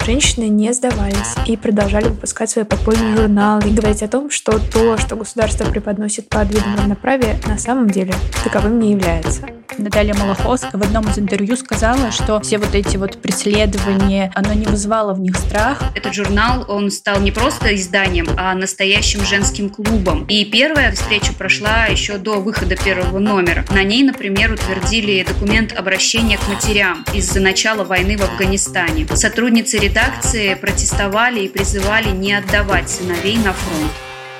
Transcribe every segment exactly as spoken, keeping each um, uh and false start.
Женщины не сдавались и продолжали выпускать свои подпольные журналы и говорить о том, что то, что государство преподносит под видом равноправия, на самом деле таковым не является. Наталья Малаховская в одном из интервью сказала, что все вот эти вот преследования, оно не вызвало в них страх. Этот журнал, он стал не просто изданием, а настоящим женским клубом. И первая встреча прошла еще до выхода первого номера. На ней, например, утвердили документ обращения к матерям из-за начала войны в Афганистане. Сотрудницы редакции протестовали и призывали не отдавать сыновей на фронт.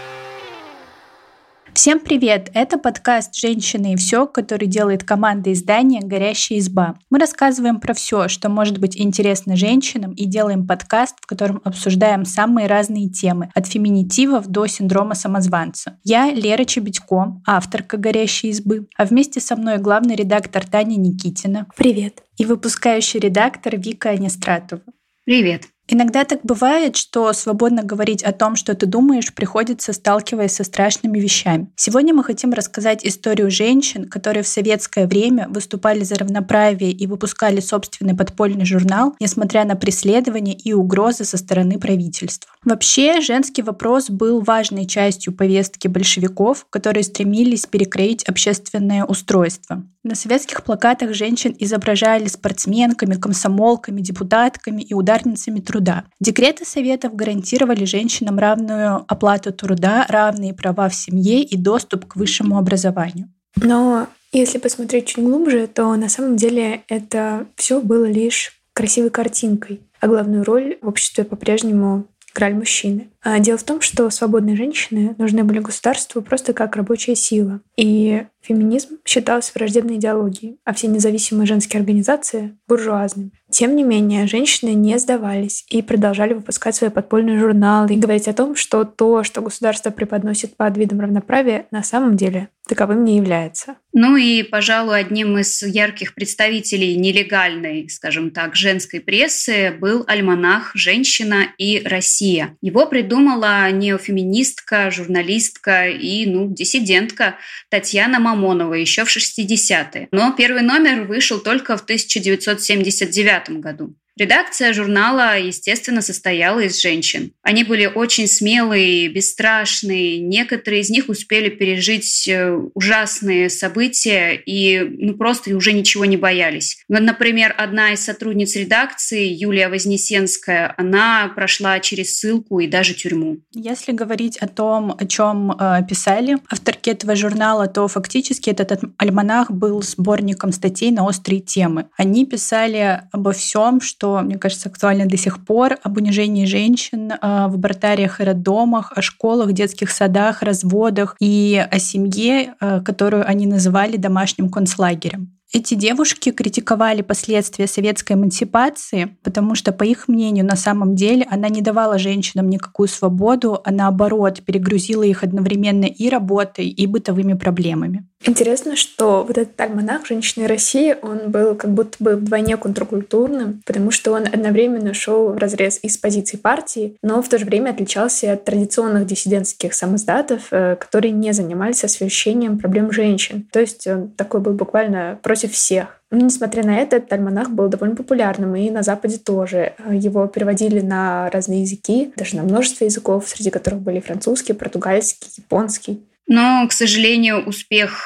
Всем привет! Это подкаст «Женщины и все», который делает команда издания «Горящая изба». Мы рассказываем про все, что может быть интересно женщинам, и делаем подкаст, в котором обсуждаем самые разные темы, от феминитивов до синдрома самозванца. Я Лера Чебедько, авторка «Горящей избы», а вместе со мной главный редактор Таня Никитина. Привет! И выпускающий редактор Вика Анистратова. Привет! Иногда так бывает, что свободно говорить о том, что ты думаешь, приходится, сталкиваясь со страшными вещами. Сегодня мы хотим рассказать историю женщин, которые в советское время выступали за равноправие и выпускали собственный подпольный журнал, несмотря на преследования и угрозы со стороны правительства. Вообще, женский вопрос был важной частью повестки большевиков, которые стремились перекроить общественное устройство. На советских плакатах женщин изображали спортсменками, комсомолками, депутатками и ударницами труда. Декреты Советов гарантировали женщинам равную оплату труда, равные права в семье и доступ к высшему образованию. Но если посмотреть чуть глубже, то на самом деле это все было лишь красивой картинкой, а главную роль в обществе по-прежнему играли мужчины. А дело в том, что свободные женщины нужны были государству просто как рабочая сила. И феминизм считался враждебной идеологией, а все независимые женские организации — буржуазными. Тем не менее, женщины не сдавались и продолжали выпускать свои подпольные журналы и говорить о том, что то, что государство преподносит под видом равноправия, на самом деле таковым не является. Ну и, пожалуй, одним из ярких представителей нелегальной, скажем так, женской прессы был альманах «Женщина и Россия». Его придумала неофеминистка, журналистка и, ну, диссидентка Татьяна Мамонова еще в шестидесятые. Но первый номер вышел только в тысяча девятьсот семьдесят девятом году. Редакция журнала, естественно, состояла из женщин. Они были очень смелые, бесстрашные. Некоторые из них успели пережить ужасные события и ну, просто уже ничего не боялись. Например, одна из сотрудниц редакции, Юлия Вознесенская, она прошла через ссылку и даже тюрьму. Если говорить о том, о чем э, писали авторки этого журнала, то фактически этот альманах был сборником статей на острые темы. Они писали обо всем, что, мне кажется, актуально до сих пор, об унижении женщин в абортариях и роддомах, о школах, детских садах, разводах и о семье, которую они называли домашним концлагерем. Эти девушки критиковали последствия советской эмансипации, потому что, по их мнению, на самом деле она не давала женщинам никакую свободу, а наоборот перегрузила их одновременно и работой, и бытовыми проблемами. Интересно, что вот этот альманах «Женщины России», он был как будто бы вдвойне контркультурным, потому что он одновременно шел вразрез и с позиций партии, но в то же время отличался от традиционных диссидентских самоздатов, которые не занимались освещением проблем женщин. То есть он такой был буквально против всех. Но, несмотря на это, этот альманах был довольно популярным, и на Западе тоже. Его переводили на разные языки, даже на множество языков, среди которых были французский, португальский, японский. Но, к сожалению, успех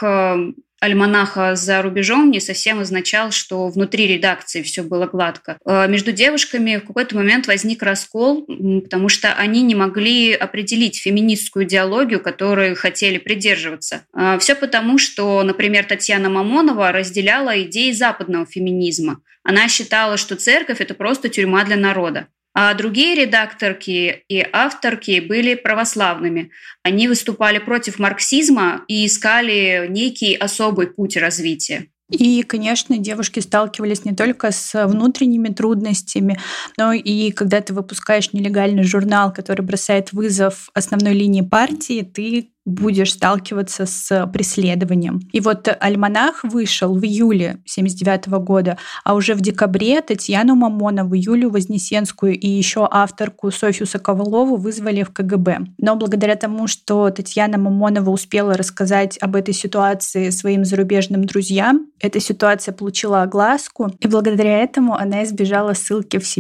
альманаха за рубежом не совсем означал, что внутри редакции все было гладко. Между девушками в какой-то момент возник раскол, потому что они не могли определить феминистскую идеологию, которой хотели придерживаться. Все потому, что, например, Татьяна Мамонова разделяла идеи западного феминизма. Она считала, что церковь – это просто тюрьма для народа. А другие редакторки и авторки были православными. Они выступали против марксизма и искали некий особый путь развития. И, конечно, девушки сталкивались не только с внутренними трудностями, но и когда ты выпускаешь нелегальный журнал, который бросает вызов основной линии партии, ты будешь сталкиваться с преследованием. И вот альманах вышел в июле семьдесят девятого года, а уже в декабре Татьяну Мамонову, Юлию Вознесенскую и еще авторку Софью Соколову вызвали в ка гэ бэ. Но благодаря тому, что Татьяна Мамонова успела рассказать об этой ситуации своим зарубежным друзьям, эта ситуация получила огласку, и благодаря этому она избежала ссылки в Сибирь.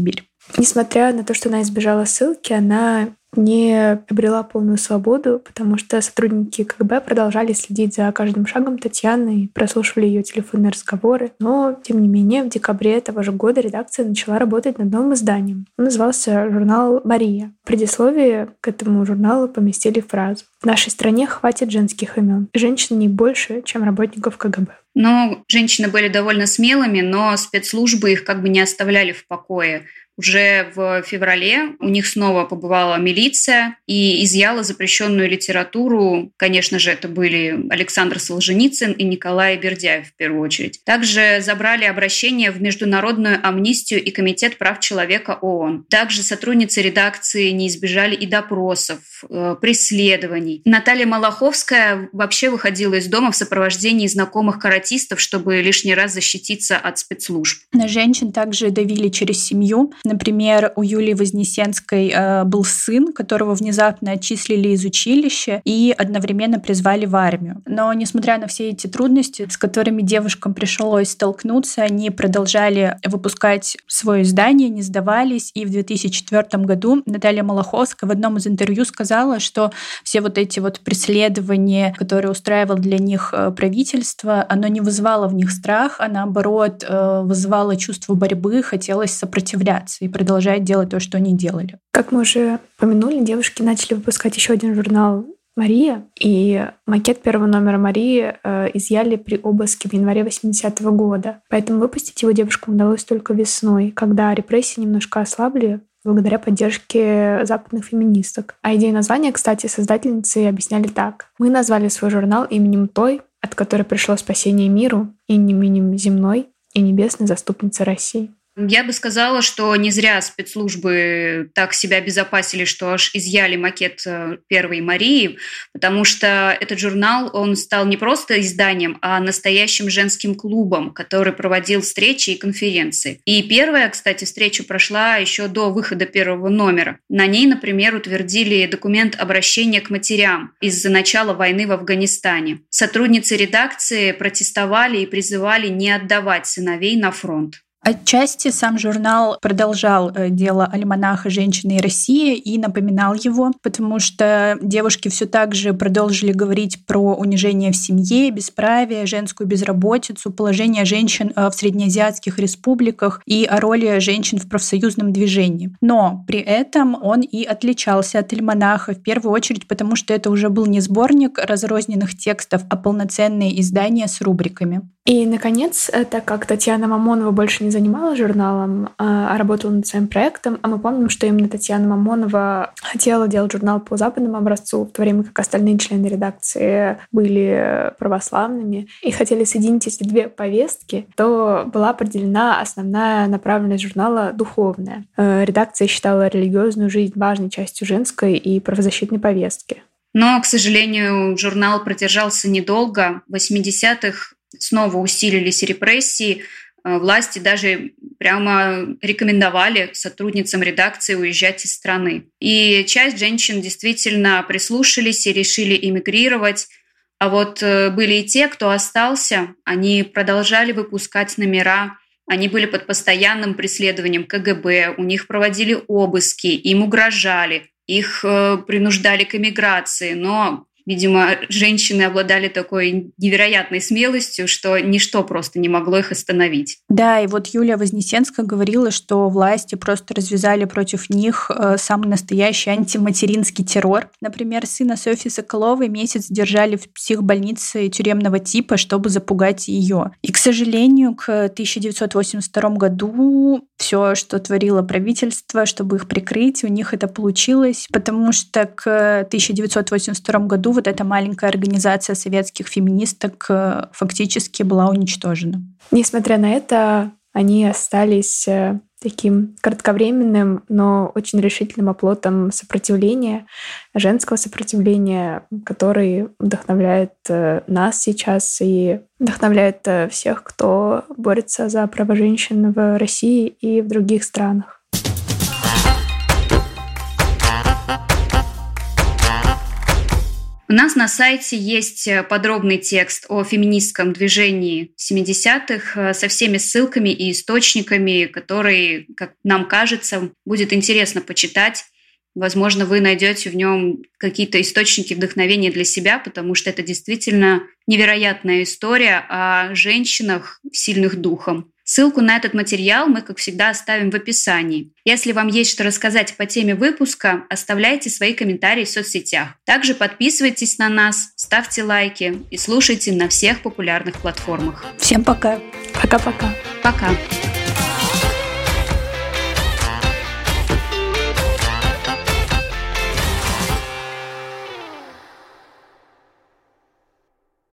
Несмотря на то, что она избежала ссылки, она не обрела полную свободу, потому что сотрудники ка гэ бэ продолжали следить за каждым шагом Татьяны и прослушивали ее телефонные разговоры. Но, тем не менее, в декабре того же года редакция начала работать над новым изданием. Он назывался журнал «Мария». В предисловии к этому журналу поместили фразу: «В нашей стране хватит женских имен. Женщин не больше, чем работников ка гэ бэ». Ну, женщины были довольно смелыми, но спецслужбы их как бы не оставляли в покое. Уже в феврале у них снова побывала милиция и изъяла запрещенную литературу. Конечно же, это были Александр Солженицын и Николай Бердяев в первую очередь. Также забрали обращение в Международную амнистию и Комитет прав человека о о эн. Также сотрудницы редакции не избежали и допросов, э, преследований. Наталья Малаховская вообще выходила из дома в сопровождении знакомых каратистов, чтобы лишний раз защититься от спецслужб. На женщин также давили через семью. Например, у Юлии Вознесенской э, был сын, которого внезапно отчислили из училища и одновременно призвали в армию. Но, несмотря на все эти трудности, с которыми девушкам пришлось столкнуться, они продолжали выпускать свое издание, не сдавались. И в две тысячи четвёртом году Наталья Малаховская в одном из интервью сказала, что все вот эти вот преследования, которые устраивало для них правительство, оно не вызывало в них страх, а наоборот вызывало чувство борьбы, хотелось сопротивляться и продолжать делать то, что они делали. Как мы уже упомянули, девушки начали выпускать еще один журнал «Мария», и макет первого номера «Марии» э, изъяли при обыске в январе восьмидесятого года. Поэтому выпустить его девушкам удалось только весной, когда репрессии немножко ослабли благодаря поддержке западных феминисток. А идею названия, кстати, создательницы объясняли так. «Мы назвали свой журнал именем той, от которой пришло спасение миру, и именем земной и небесной заступницы России». Я бы сказала, что не зря спецслужбы так себя обезопасили, что аж изъяли макет первой Марии, потому что этот журнал, он стал не просто изданием, а настоящим женским клубом, который проводил встречи и конференции. И первая, кстати, встреча прошла еще до выхода первого номера. На ней, например, утвердили документ обращения к матерям из-за начала войны в Афганистане. Сотрудницы редакции протестовали и призывали не отдавать сыновей на фронт. Отчасти сам журнал продолжал дело альманаха «Женщины и Россия» и напоминал его, потому что девушки все так же продолжили говорить про унижение в семье, бесправие, женскую безработицу, положение женщин в среднеазиатских республиках и о роли женщин в профсоюзном движении. Но при этом он и отличался от альманаха, в первую очередь потому, что это уже был не сборник разрозненных текстов, а полноценное издание с рубриками. И, наконец, так как Татьяна Мамонова больше не занималась журналом, а работала над своим проектом, а мы помним, что именно Татьяна Мамонова хотела делать журнал по западному образцу, в то время как остальные члены редакции были православными и хотели соединить эти две повестки, то была определена основная направленность журнала духовная. Редакция считала религиозную жизнь важной частью женской и правозащитной повестки. Но, к сожалению, журнал продержался недолго. В восьмидесятых снова усилились репрессии. Власти даже прямо рекомендовали сотрудницам редакции уезжать из страны. И часть женщин действительно прислушались и решили эмигрировать. А вот были и те, кто остался, они продолжали выпускать номера. Они были под постоянным преследованием ка гэ бэ, у них проводили обыски, им угрожали, их принуждали к эмиграции, но... Видимо, женщины обладали такой невероятной смелостью, что ничто просто не могло их остановить. Да, и вот Юлия Вознесенская говорила, что власти просто развязали против них самый настоящий антиматеринский террор. Например, сына Софьи Соколовой месяц держали в психбольнице тюремного типа, чтобы запугать ее. И, к сожалению, к тысяча девятьсот восемьдесят второму году все, что творило правительство, чтобы их прикрыть, у них это получилось, потому что к тысяча девятьсот восемьдесят второму году вот эта маленькая организация советских феминисток фактически была уничтожена. Несмотря на это, они остались таким кратковременным, но очень решительным оплотом сопротивления, женского сопротивления, который вдохновляет нас сейчас и вдохновляет всех, кто борется за права женщин в России и в других странах. У нас на сайте есть подробный текст о феминистском движении семидесятых со всеми ссылками и источниками, которые, как нам кажется, будет интересно почитать. Возможно, вы найдете в нем какие-то источники вдохновения для себя, потому что это действительно невероятная история о женщинах, сильных духом. Ссылку на этот материал мы, как всегда, оставим в описании. Если вам есть что рассказать по теме выпуска, оставляйте свои комментарии в соцсетях. Также подписывайтесь на нас, ставьте лайки и слушайте на всех популярных платформах. Всем пока. Пока-пока. Пока.